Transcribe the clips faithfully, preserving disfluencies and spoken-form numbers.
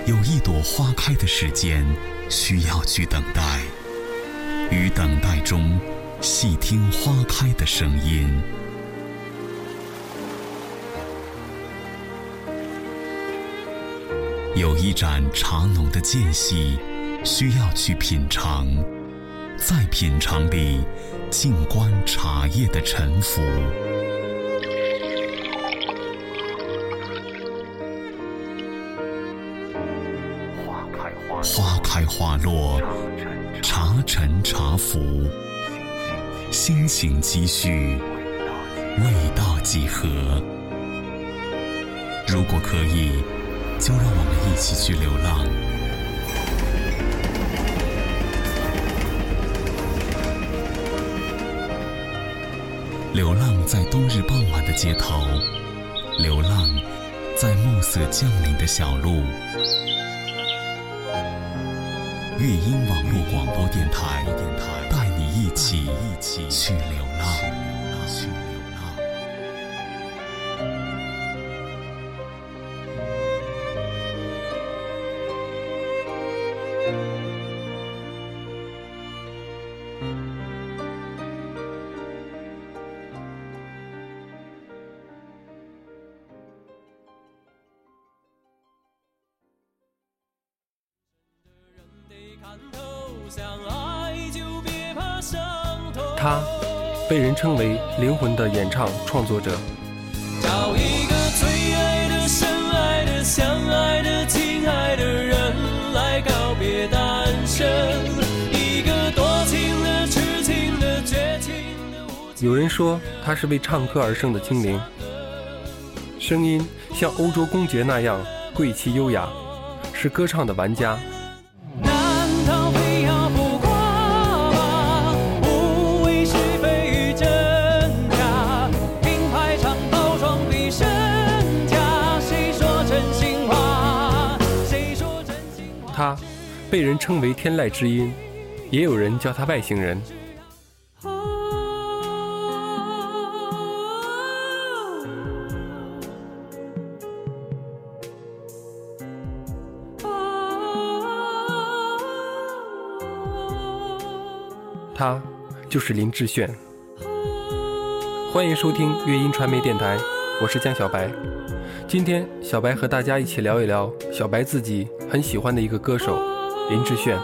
有一朵花开的时间需要去等待，于等待中细听花开的声音。有一盏茶浓的间隙需要去品尝，在品尝里静观茶叶的沉浮。花开花落，茶沉茶浮，心情积蓄，味道几何。如果可以，就让我们一起去流浪。流浪在冬日傍晚的街头，流浪在暮色降临的小路。乐音网络广播电台，带你一起去流浪。 他被人称为灵魂的演唱创作者。 找一个最爱的、深爱的、相爱的、亲爱的人来告别单身，一个多情的、痴情的、绝情的。 有人说他是为唱歌而生的精灵，声音像欧洲公爵那样贵气优雅，是歌唱的玩家。他被人称为天籁之音，也有人叫他外星人。他就是林志炫。欢迎收听乐音传媒电台，我是江小白。今天小白和大家一起聊一聊小白自己很喜欢的一个歌手林志炫。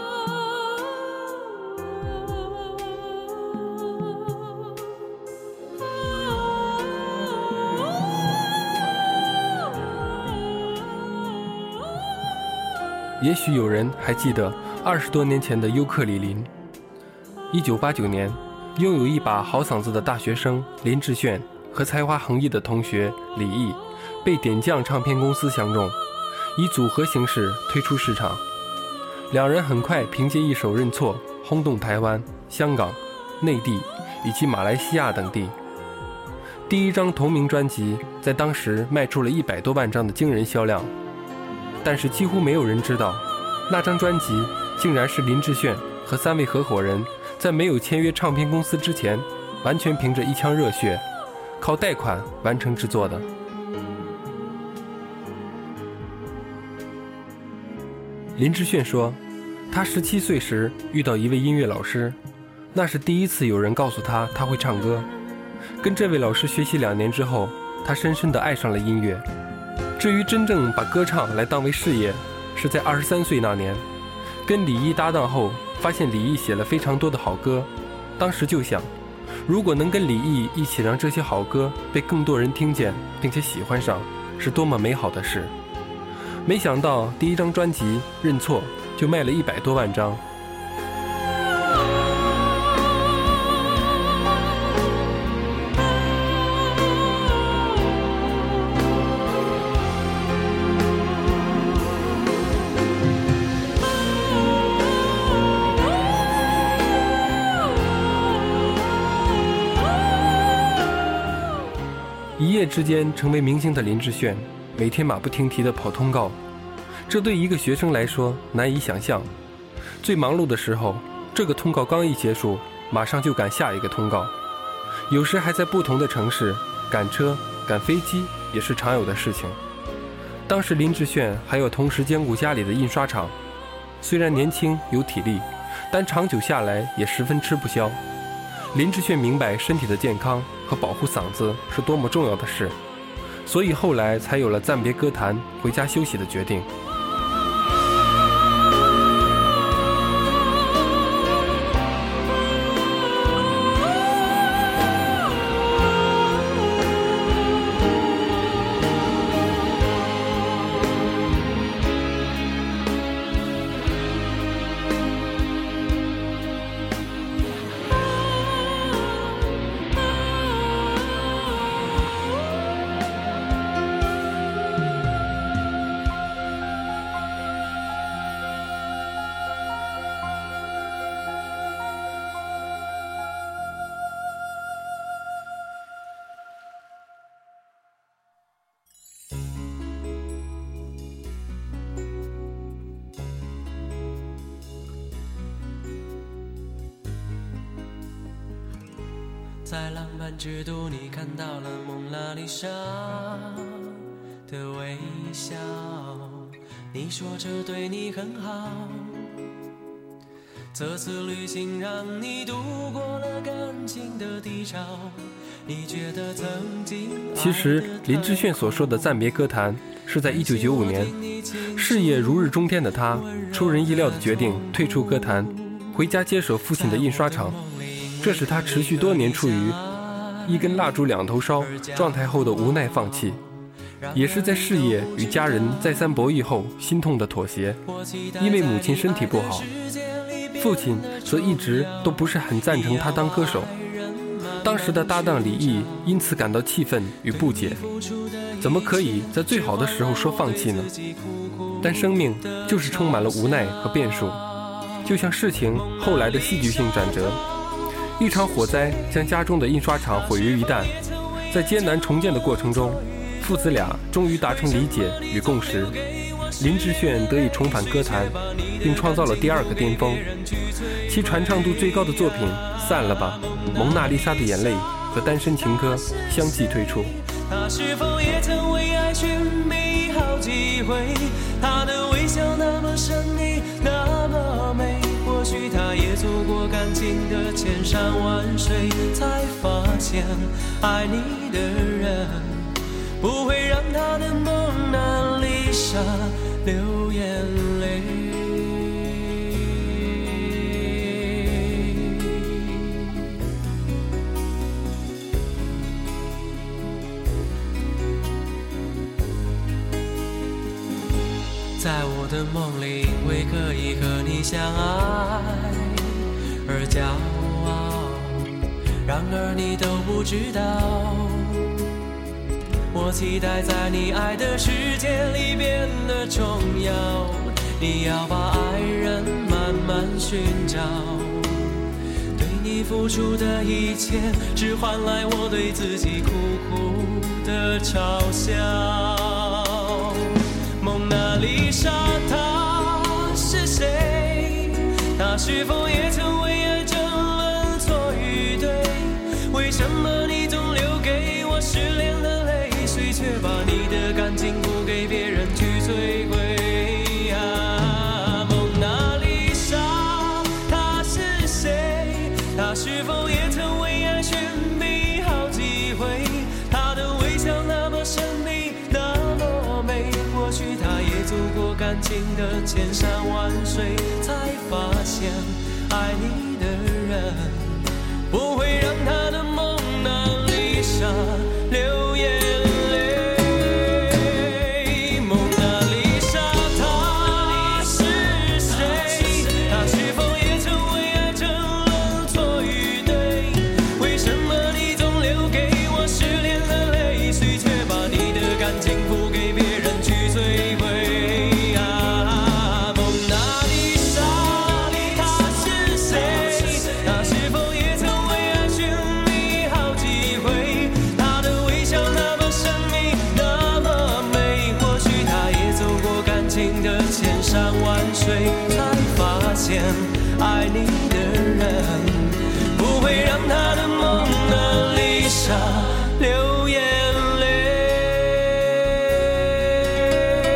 也许有人还记得二十多年前的尤克里林。一九八九年，拥有一把好嗓子的大学生林志炫和才华横溢的同学李毅被点将唱片公司相中，以组合形式推出市场。两人很快凭借一首《认错》轰动台湾、香港、内地以及马来西亚等地。第一张同名专辑在当时卖出了一百多万张的惊人销量，但是几乎没有人知道，那张专辑竟然是林志炫和三位合伙人在没有签约唱片公司之前，完全凭着一腔热血，靠贷款完成制作的。林志炫说，他十七岁时遇到一位音乐老师，那是第一次有人告诉他他会唱歌。跟这位老师学习两年之后，他深深地爱上了音乐。至于真正把歌唱来当为事业，是在二十三岁那年，跟李毅搭档后，发现李毅写了非常多的好歌。当时就想，如果能跟李毅一起让这些好歌被更多人听见并且喜欢上，是多么美好的事。没想到第一张专辑《认错》就卖了一百多万张。一夜之间成为明星的林志炫，每天马不停蹄地跑通告，这对一个学生来说难以想象。最忙碌的时候，这个通告刚一结束，马上就赶下一个通告，有时还在不同的城市赶车赶飞机，也是常有的事情。 当时林志炫还要同时兼顾家里的印刷厂，虽然年轻有体力，但长久下来也十分吃不消。林志炫明白身体的健康和保护嗓子是多么重要的事，所以后来才有了暂别歌坛回家休息的决定。 在浪漫之都，你看到了蒙娜丽莎的微笑，你说这对你很好，这次旅行让你度过了感情的低潮，你觉得曾经。 其实林志炫所说的暂别歌坛是在一九九五年，事业如日中天的他出人意料的决定退出歌坛，回家接手父亲的印刷厂，这使他持续多年处于一根蜡烛两头烧状态后的无奈放弃，也是在事业与家人再三博弈后心痛的妥协。因为母亲身体不好，父亲则一直都不是很赞成他当歌手。当时的搭档李毅因此感到气愤与不解，怎么可以在最好的时候说放弃呢？但生命就是充满了无奈和变数，就像事情后来的戏剧性转折，一场火灾将家中的印刷厂毁于一旦。在艰难重建的过程中，父子俩终于达成理解与共识，林志炫得以重返歌坛，并创造了第二个巅峰。其传唱度最高的作品《散了吧》、《蒙娜丽莎的眼泪》和《单身情歌》相继推出。 他是否也曾为爱寻觅好几回？他的微笑那么神秘，那么美，或许他也走过感情的千山万水，才发现爱你的人不会让他的蒙娜丽莎流眼泪。在我的梦里，为可以和你相爱而骄傲，然而你都不知道，我期待在你爱的世界里变得重要。你要把爱人慢慢寻找，对你付出的一切，只换来我对自己苦苦的嘲笑。蒙娜丽莎她是谁？她是否也曾为爱争论错与对？为什么你总留给我失恋的泪水，却把你的感情付给别人去摧毁？啊，蒙娜丽莎她是谁？她是否也曾为爱寻觅好几回？她的微笑那么神秘，那么美，或许她也走过感情的千山万水，才发现爱你的人不会让她的蒙娜丽莎流眼泪。蒙娜丽莎她是谁？她是否也曾为爱争论错与对？为什么你总留给我失恋的泪水，却把你的感情付给别人去摧毁？千山万水，才发现爱你的人不会让他的蒙娜丽莎流眼泪。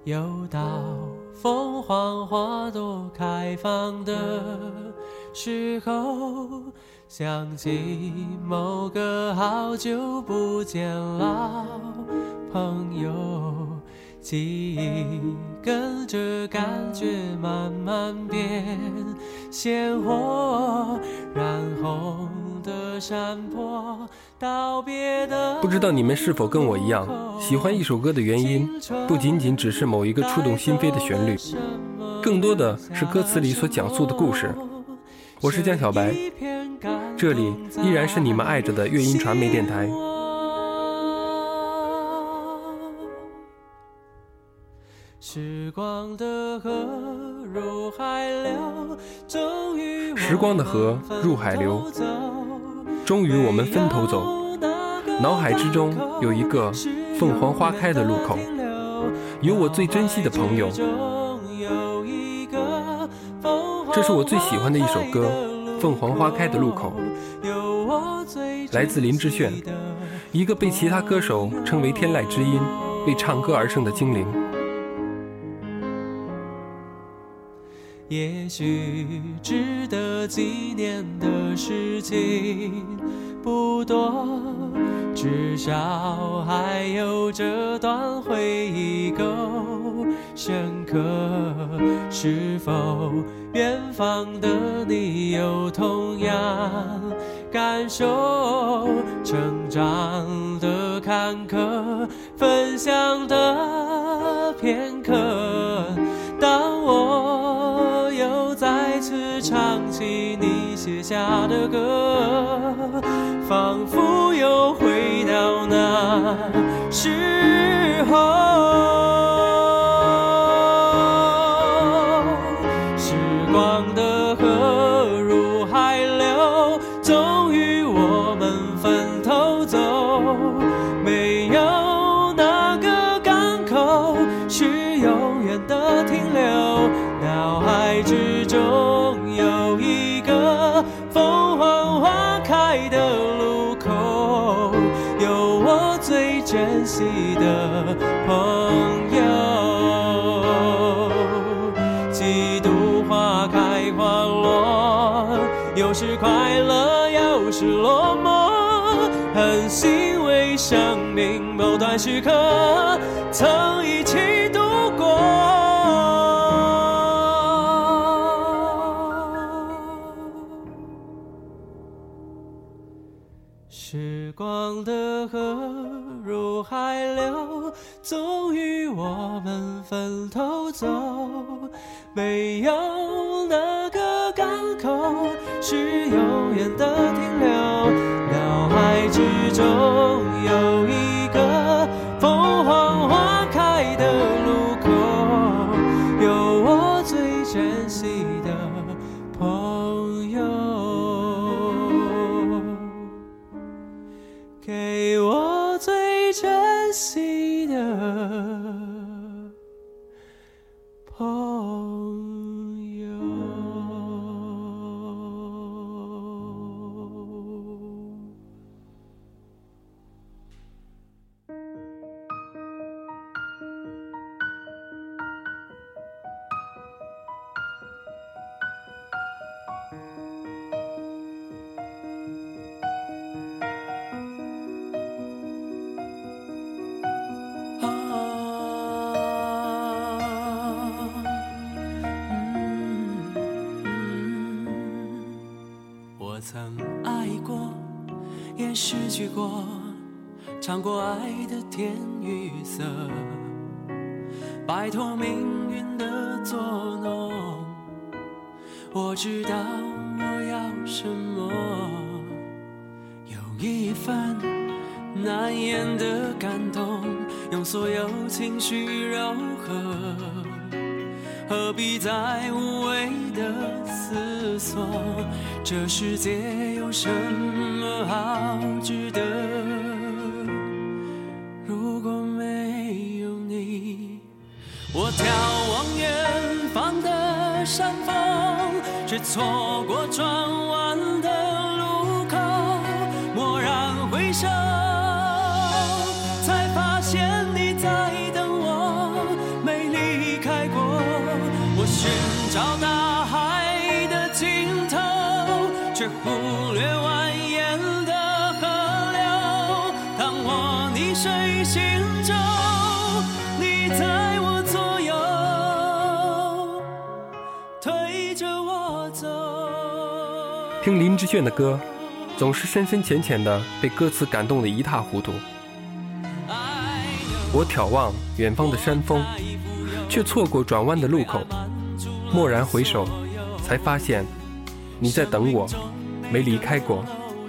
又到凤凰花朵开放的时候，想起某个好久不见老朋友，记忆跟着感觉慢慢变鲜活，染红的山坡，道别的。 不知道你们是否跟我一样，喜欢一首歌的原因不仅仅只是某一个触动心扉的旋律，更多的是歌词里所讲述的故事。我是江小白，这里依然是你们爱着的乐音传媒电台。 时光的河入海流，终于时光的河入海流，终于我们分头走。脑海之中有一个凤凰花开的路口，有我最珍惜的朋友。这是我最喜欢的一首歌《凤凰花开的路口》，来自林志炫，一个被其他歌手称为天籁之音，为唱歌而生的精灵。 也许值得纪念的事情不多，至少还有这段回忆够深刻。是否远方的你有同样感受？成长的坎坷，分享的片刻，当我又再次唱起你写下的歌，仿佛又回到那时候。时光的河入海流，终于我们分头走，没有哪个港口是永远的停留。脑海之中有一个凤凰花开的路口，有我最珍惜的朋友。几度花开花落，有时快乐有时落寞，很欣慰生命某段时刻曾一起度过。时光的河入海流，终于我们分头走，没有哪个港口是永远的停留。脑海之中有一个凤凰花开的路口，有我最珍惜的朋友，给我最珍惜的朋友。我曾爱过，也失去过，尝过爱的甜与涩，摆脱命运的捉弄。我知道我要什么，有一份难言的感动，用所有情绪柔和，何必再无谓的思索？这世界有什么好值得？如果没有你，我眺望远方的山峰，却错过转弯的路口。蓦然回首，才发现你在等我，美丽随行舟，你在我左右，推着我走。 听林志炫的歌，总是深深浅浅的被歌词感动得一塌糊涂。我眺望远方的山峰，却错过转弯的路口，蓦然回首，才发现你在等我，没离开过。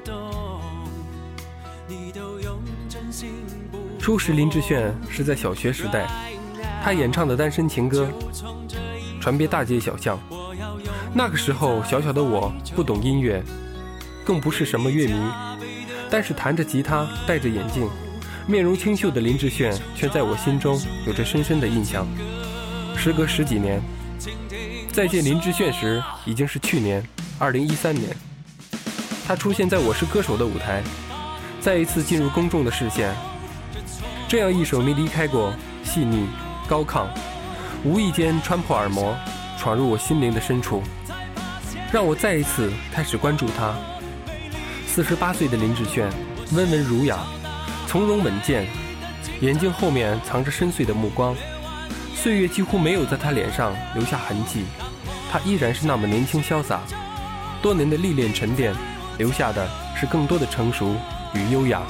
初识林志炫是在小学时代，他演唱的单身情歌传遍大街小巷。那个时候小小的我不懂音乐，更不是什么乐迷，但是弹着吉他，戴着眼镜，面容清秀的林志炫却在我心中有着深深的印象。时隔十几年，再见林志炫时已经是去年二零一三年，他出现在我是歌手的舞台，再一次进入公众的视线。这样一首没离开过，细腻高亢，无意间穿破耳膜，闯入我心灵的深处，让我再一次开始关注他。四十八岁的林志炫温文儒雅，从容稳健，眼睛后面藏着深邃的目光，岁月几乎没有在他脸上留下痕迹，他依然是那么年轻潇洒。多年的历练沉淀，留下的是更多的成熟与优雅。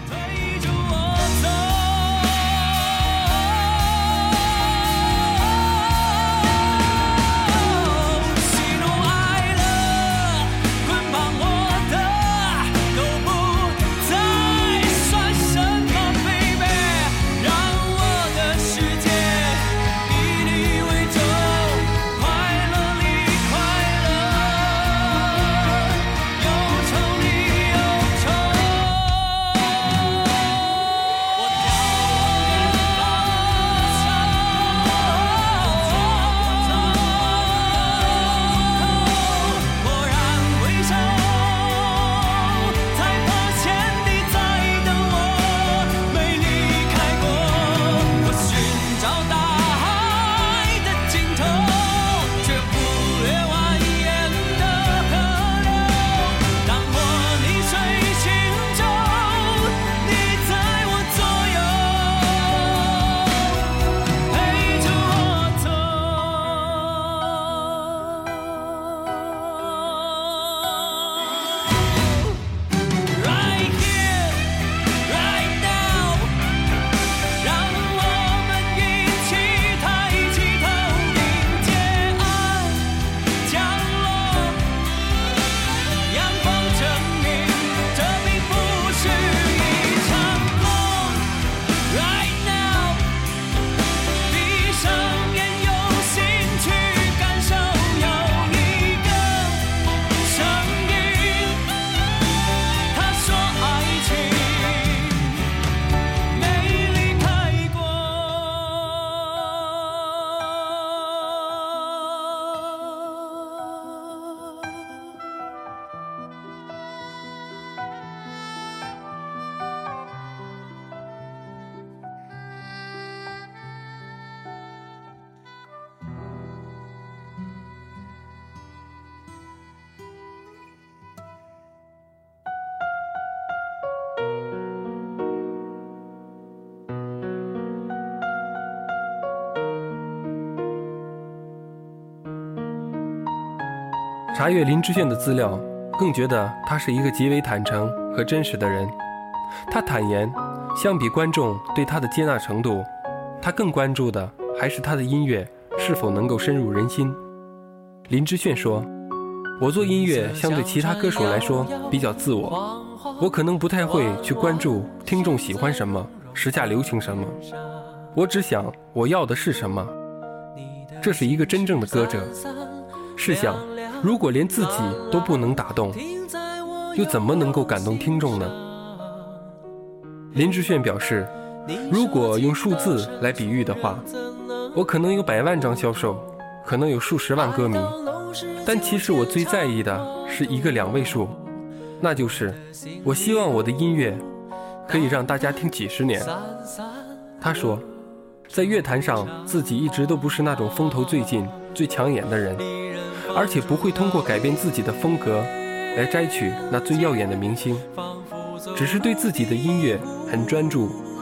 查阅林志炫的资料，更觉得他是一个极为坦诚和真实的人。他坦言，相比观众对他的接纳程度，他更关注的还是他的音乐是否能够深入人心。林志炫说，我做音乐相对其他歌手来说比较自我，我可能不太会去关注听众喜欢什么，时下流行什么，我只想我要的是什么。这是一个真正的歌者。试想，如果连自己都不能打动，又怎么能够感动听众呢？林志炫表示，如果用数字来比喻的话，我可能有百万张销售，可能有数十万歌迷，但其实我最在意的是一个两位数，那就是我希望我的音乐可以让大家听几十年。他说，在乐坛上自己一直都不是那种风头最劲最抢眼的人，而且不会通过改变自己的风格来摘取那最耀眼的明星，只是对自己的音乐很专注和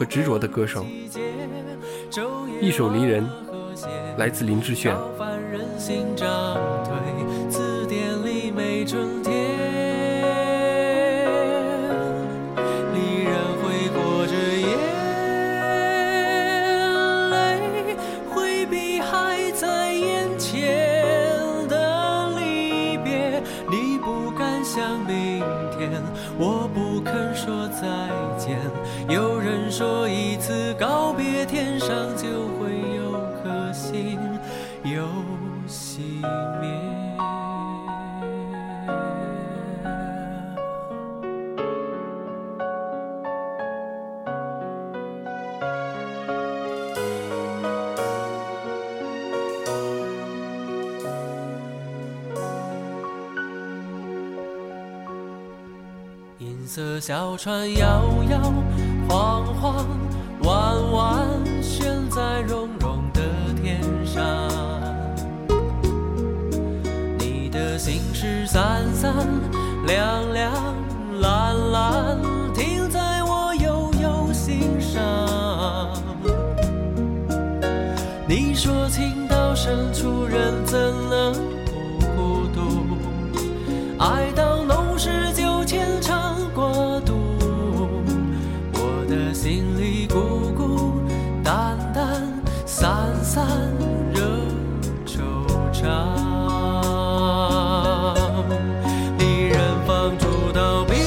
和执着的歌声。一首离人，来自林志炫。 字典里没春天，离人挥霍着眼泪，回避还在眼前的离别。你不敢想明天，我不肯说再见。有人说一次告别，天上就会有颗星又熄灭。银色小船摇摇晃晃，弯弯悬在绒绒的天上。你的心事散散亮亮蓝蓝，停在我悠悠心上。你说情到深处人怎能不孤独，爱到浓时就牵肠过度。我的心里孤孤单单散散惹惆怅。离人放逐到边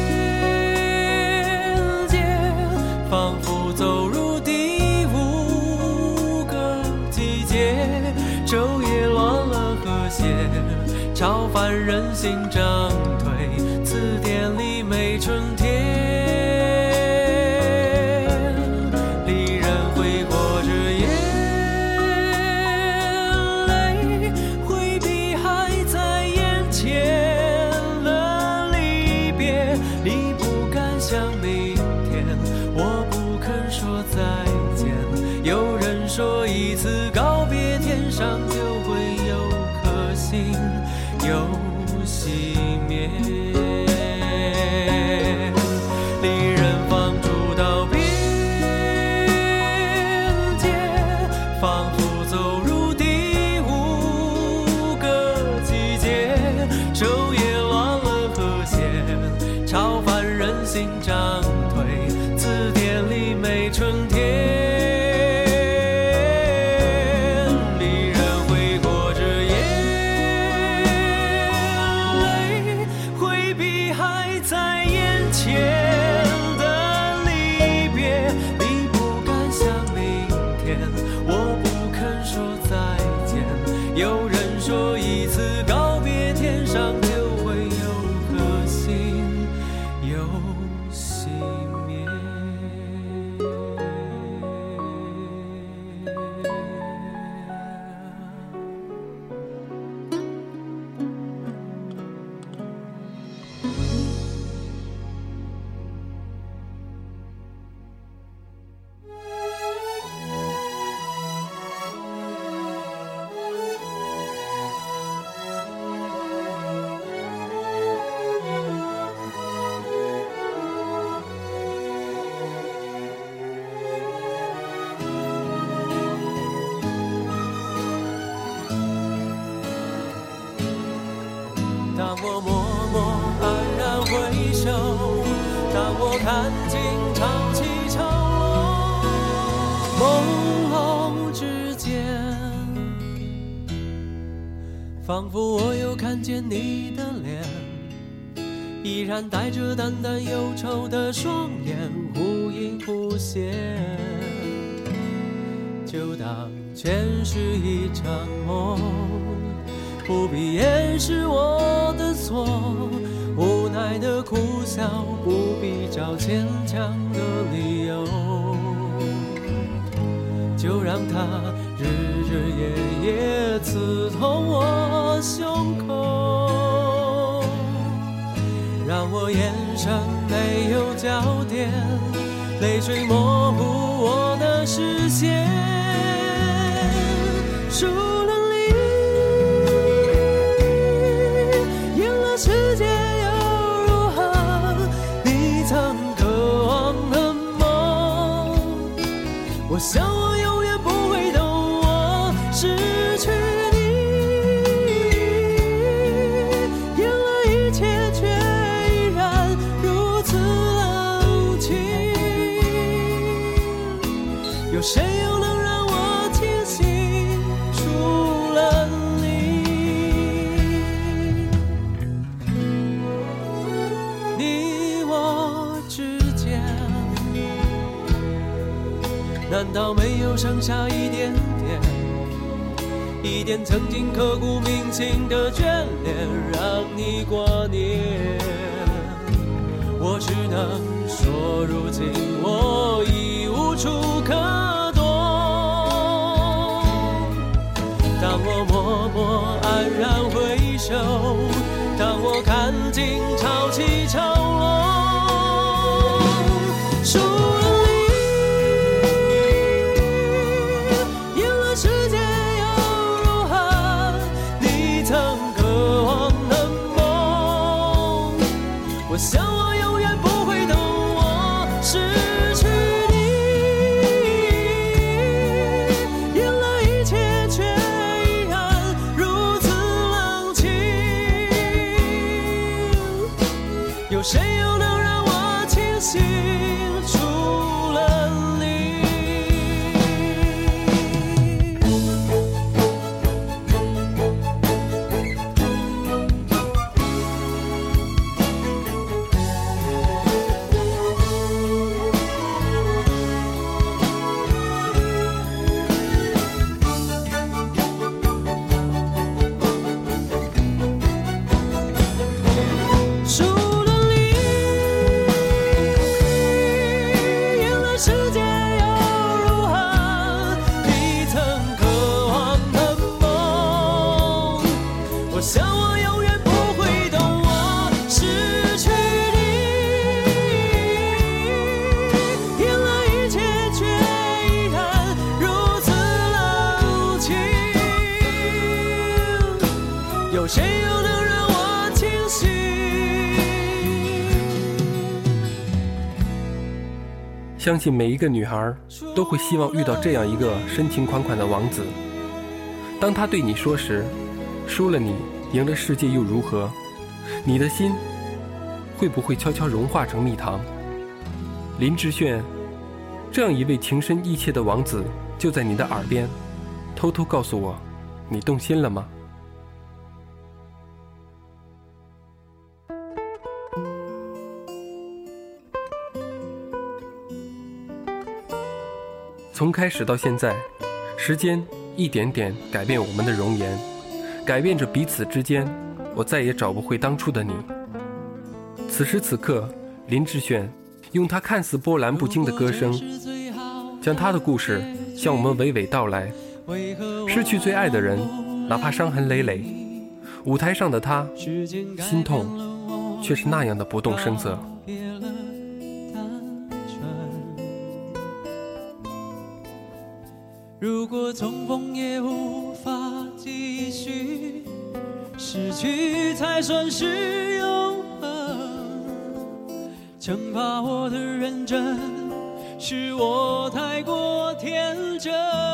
界，仿佛走入第五个季节。昼夜乱了和谐，超凡人心涨退，字典里没春天。离人挥霍着眼泪，回避还在眼前的离别。你不敢想明天，我不肯说再见。有人说一次告别，天上就会有颗星又熄灭。离人放逐到边界，仿佛走入第五个季节。昼夜乱了和谐，超凡人心涨退，字典里没春天。有人说一次告别，天上就会有颗星又熄灭。当我默默黯然回首，当我看尽潮起潮落，朦胧之间，仿佛我又看见你的脸，依然带着淡淡忧愁的双眼，忽隐忽现。就当前是一场梦，不必掩饰我的错，无奈的苦笑，不必找牵强的理由，就让它日日夜夜刺痛我胸口，让我眼神没有焦点，泪水模糊我的视线。树林里演了世界又如何，你曾渴望的梦我想我永远不会懂我失去你，赢了一切却依然如此冷清。有谁又能让我清醒？除了你，你我之间难道没有剩下一点点，一点曾经刻骨铭心的眷恋，让你挂念？我只能说，如今我已无处可躲。当我默默安然回首，当我看尽潮起潮落，输了你，赢了世界又如何？你曾渴望的梦，我想我永远不会懂我失去你，赢了一切却依然如此冷清。有谁又能让我清醒？除了你。输了你，赢了世界又如何？你曾渴望的梦，我想我永远不会懂我失去你，赢了一切却依然如此冷清。有谁又能让我清醒？ 相信每一个女孩都会希望遇到这样一个深情款款的王子。当他对你说时，输了你，赢了世界又如何？你的心会不会悄悄融化成蜜糖？林志炫，这样一位情深意切的王子就在你的耳边，偷偷告诉我，你动心了吗？从开始到现在，时间一点点改变我们的容颜，改变着彼此之间，我再也找不回当初的你。此时此刻，林志炫用他看似波澜不惊的歌声，将他的故事向我们娓娓道来。失去最爱的人，哪怕伤痕累累，舞台上的他，心痛却是那样的不动声色。 如果重逢也无法继续，失去才算是永恒。惩罚我的认真，是我太过天真。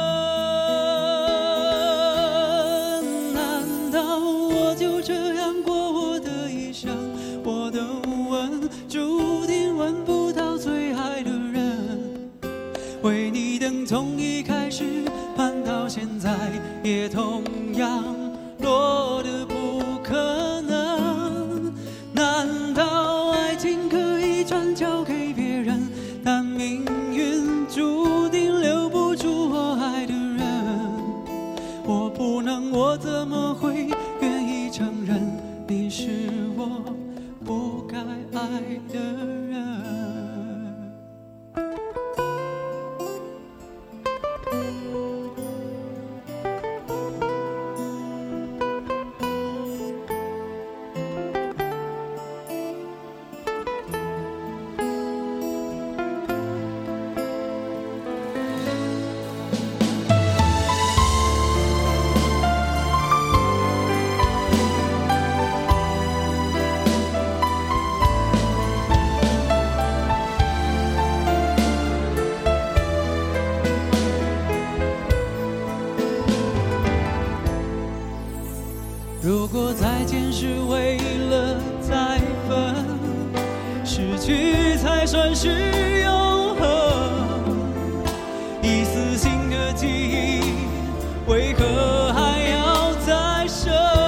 难道我就这样过我的一生？我的吻注定吻不到最爱的人，为你等从一开始盼到现在，也同样落得不可能。难道爱情可以转交给别人？但命运注定留不住我爱的人。我不能，我怎么会愿意承认你是我不该爱的人？ 是永恒。一丝新的记忆，为何还要再生？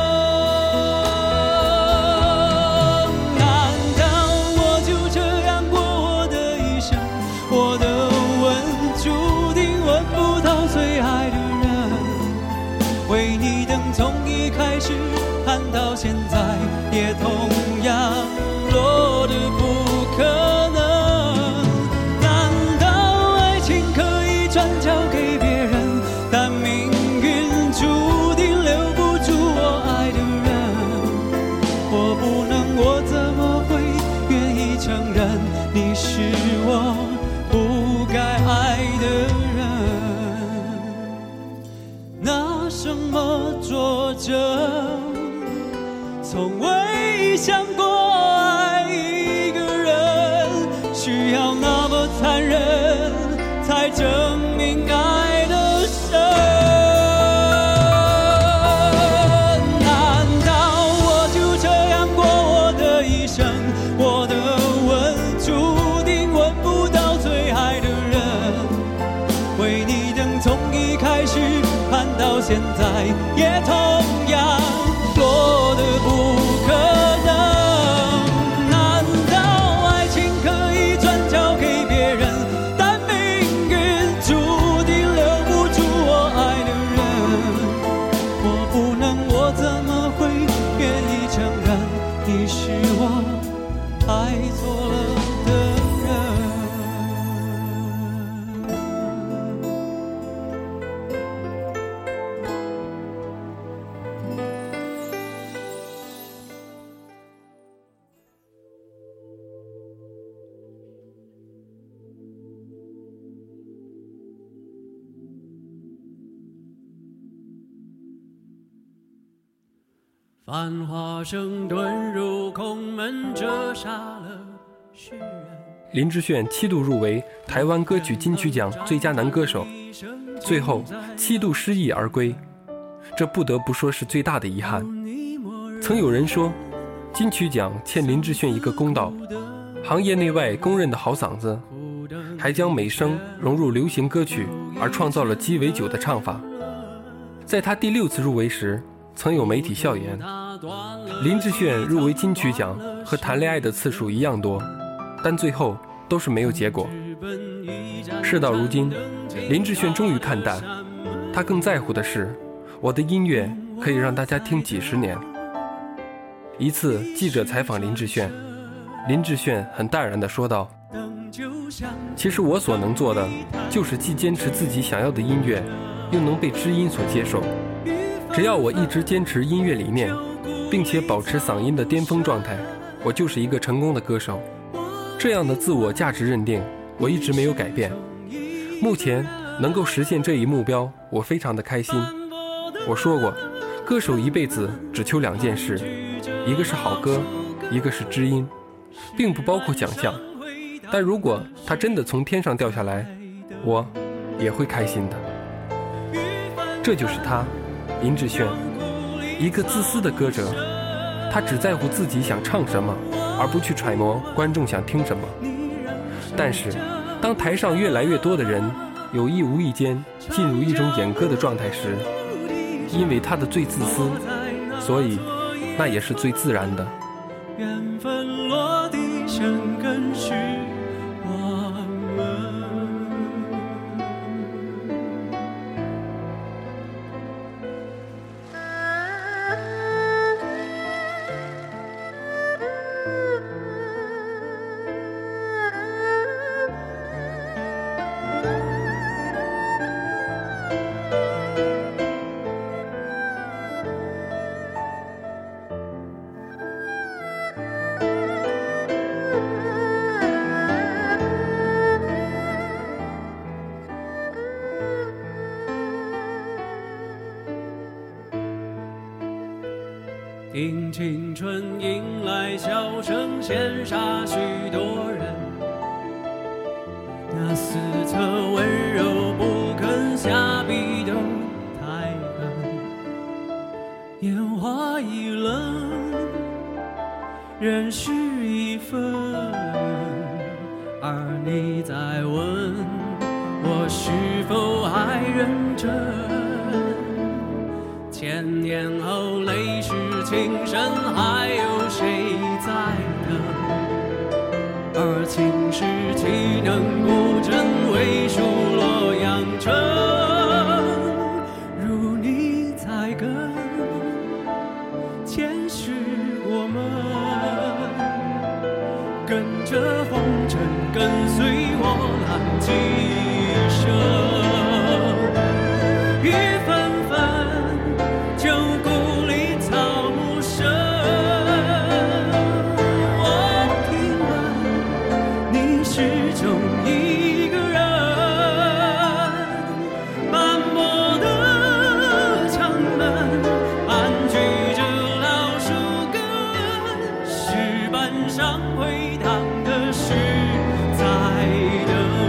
难道我就这样过我的一生？我的吻注定吻不到最爱的人，为你等从一开始盼到现在，也同样落得不可能。难道爱情可以转交给别人？但命运注定留不住我爱的人。我不能，我怎么会愿意承认你是我不该爱的人？拿什么作证？从未想过爱一个人需要那么残忍，才证明爱的深。难道我就这样过我的一生？我的吻注定吻不到最爱的人，为你等从一开始盼到现在，也同样落得不可能。难道爱情可以转交给别人？但命运注定留不住我爱的人。我不能，我怎么会愿意承认你是我爱错了的人？繁华声遁入空门，折煞了世人。 林志炫七度入围台湾歌曲金曲奖最佳男歌手，最后七度失意而归，这不得不说是最大的遗憾。曾有人说，金曲奖欠林志炫一个公道，行业内外公认的好嗓子，还将美声融入流行歌曲，而创造了鸡尾酒的唱法。在他第六次入围时，曾有媒体笑言，林志炫入围金曲奖和谈恋爱的次数一样多，但最后都是没有结果。事到如今，林志炫终于看淡，他更在乎的是，我的音乐可以让大家听几十年。一次记者采访林志炫，林志炫很淡然地说道，其实我所能做的，就是既坚持自己想要的音乐，又能被知音所接受。只要我一直坚持音乐理念，并且保持嗓音的巅峰状态，我就是一个成功的歌手。这样的自我价值认定，我一直没有改变。目前能够实现这一目标，我非常的开心。我说过，歌手一辈子只求两件事，一个是好歌，一个是知音，并不包括奖项。但如果他真的从天上掉下来，我也会开心的。这就是他，林志炫，一个自私的歌者，他只在乎自己想唱什么，而不去揣摩观众想听什么。但是当台上越来越多的人有意无意间进入一种演歌的状态时，因为他的最自私，所以那也是最自然的。 缘分落地生根是我们。听青春迎来笑声，羡煞许多人。那四侧温柔不肯下笔都太狠，烟花易冷，人事已分，而你在问我是否还认真，千年后泪湿情深，还有谁在等？而情是岂能果真为数洛阳城？如你在跟，前世我们跟着红尘，跟随我浪几生。雨纷纷，旧故里草木深。我听闻你始终一个人，斑驳的墙门，盘踞着老树根，石板上回荡的是在等。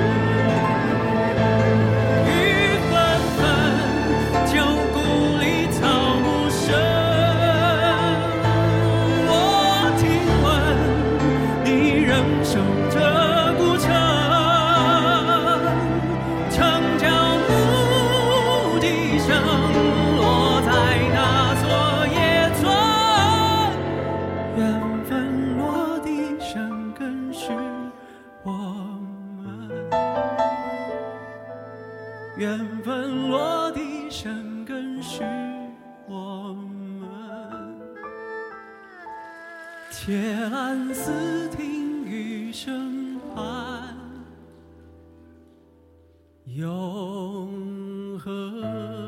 雨纷纷，旧故里草木深。我听闻你仍守着古城，城郊牧笛声落在那座野村，缘分落地生根是我们，缘分落地生根是我们。且看似听雨声盼永恒。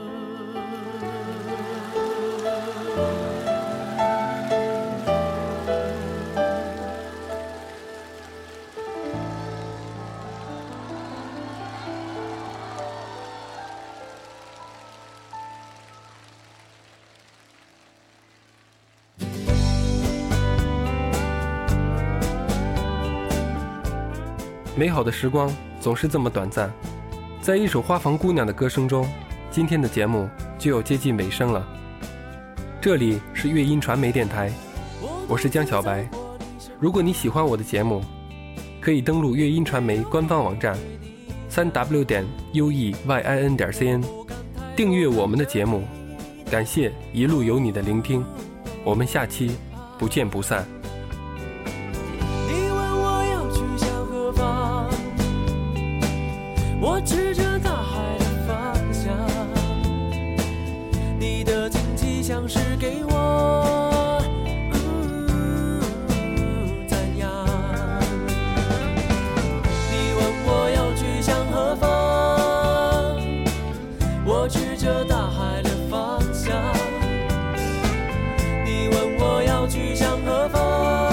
美好的时光总是这么短暂，在一首花房姑娘的歌声中，今天的节目就要接近尾声了。这里是乐音传媒电台，我是江小白。如果你喜欢我的节目，可以登录乐音传媒官方网站 三 w 点 u e y i n 点 c n 订阅我们的节目。感谢一路有你的聆听，我们下期不见不散。 我指着大海的方向，你的惊奇像是给我、嗯、赞扬。你问我要去向何方，我指着大海的方向。你问我要去向何方，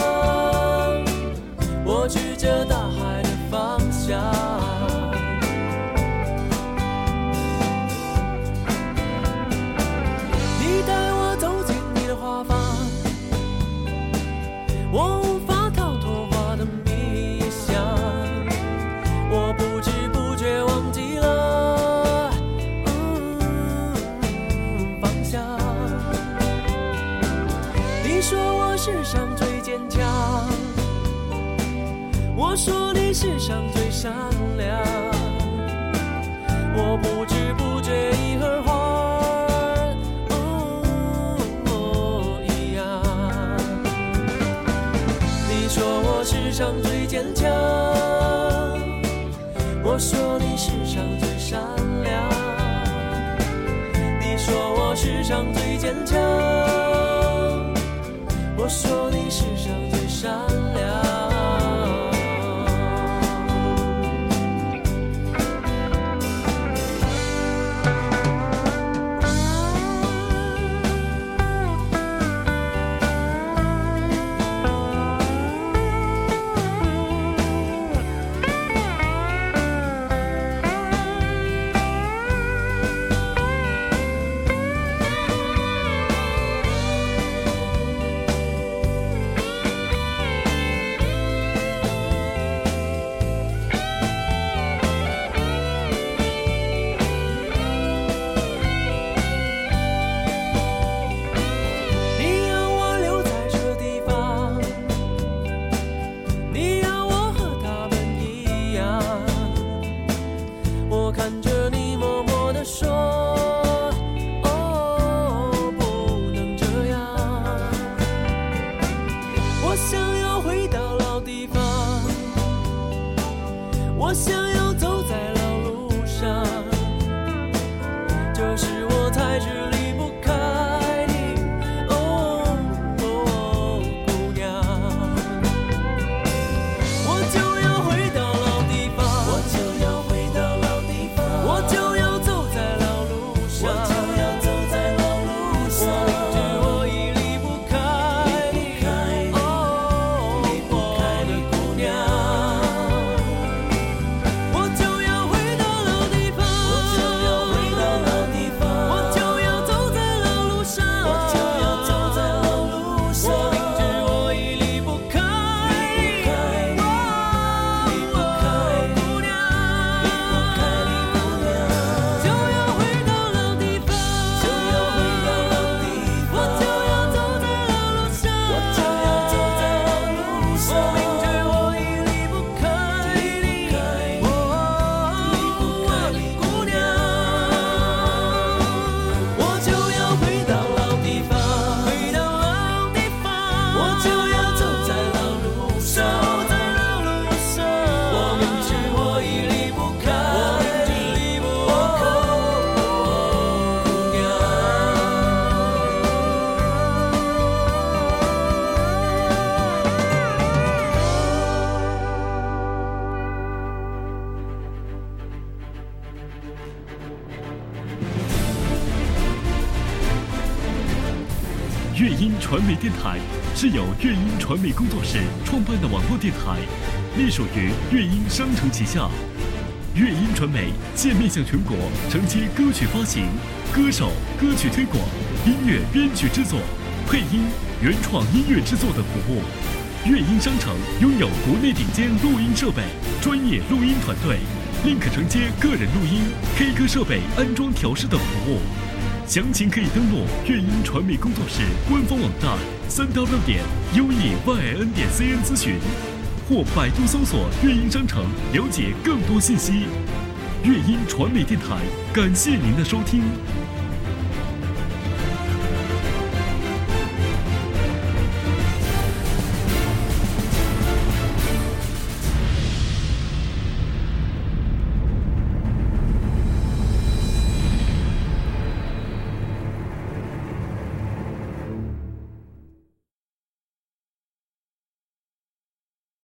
我指着大海的方向。我无法逃脱花的迷香，我不知不觉忘记了、嗯、方向。你说我世上最坚强，我说你世上最善良，我不知不觉一盒花世上最坚强，我说你世上最善良。你说我世上最坚强，我说你世上最善良。 我看着你默默地说，哦，不能这样。我想要回到老地方，我想要走在老路上，这是我太迟离不开你，哦哦，姑娘。我就要回到老地方，我就要回到老地方，我就要走在老路上，我就要走在老路上。我明知我已离不开你，哦，离不开你，姑娘。我就要回到老地方，我就要回到老地方，我就要走在老路上，我就要走在老路上。我明知我已离不开你，离不开姑娘，离不开你，姑娘。就要回到老地方，就要回到老地方，我就要走在老路上，我就要走在老路上。我明知我已离不开你，哦，离不开你，姑娘。我就要回到老地方，回到老地方，我就要走在老路上，在老路上。我明知我已离不开，我明知离不开姑娘。 乐音传媒电台是由乐音传媒工作室创办的网络电台，隶属于乐音商城旗下。乐音传媒现面向全国承接歌曲发行、歌手、歌曲推广、音乐编曲制作、配音、原创音乐制作等服务。乐音商城拥有国内顶尖录音设备、专业录音团队，另可承接个人录音、K 歌设备安装调试等服务。详情可以登录乐音传媒工作室官方网站三 w 点 u e y i n 点 c n 咨询，或百度搜索乐音商城了解更多信息。乐音传媒电台，感谢您的收听。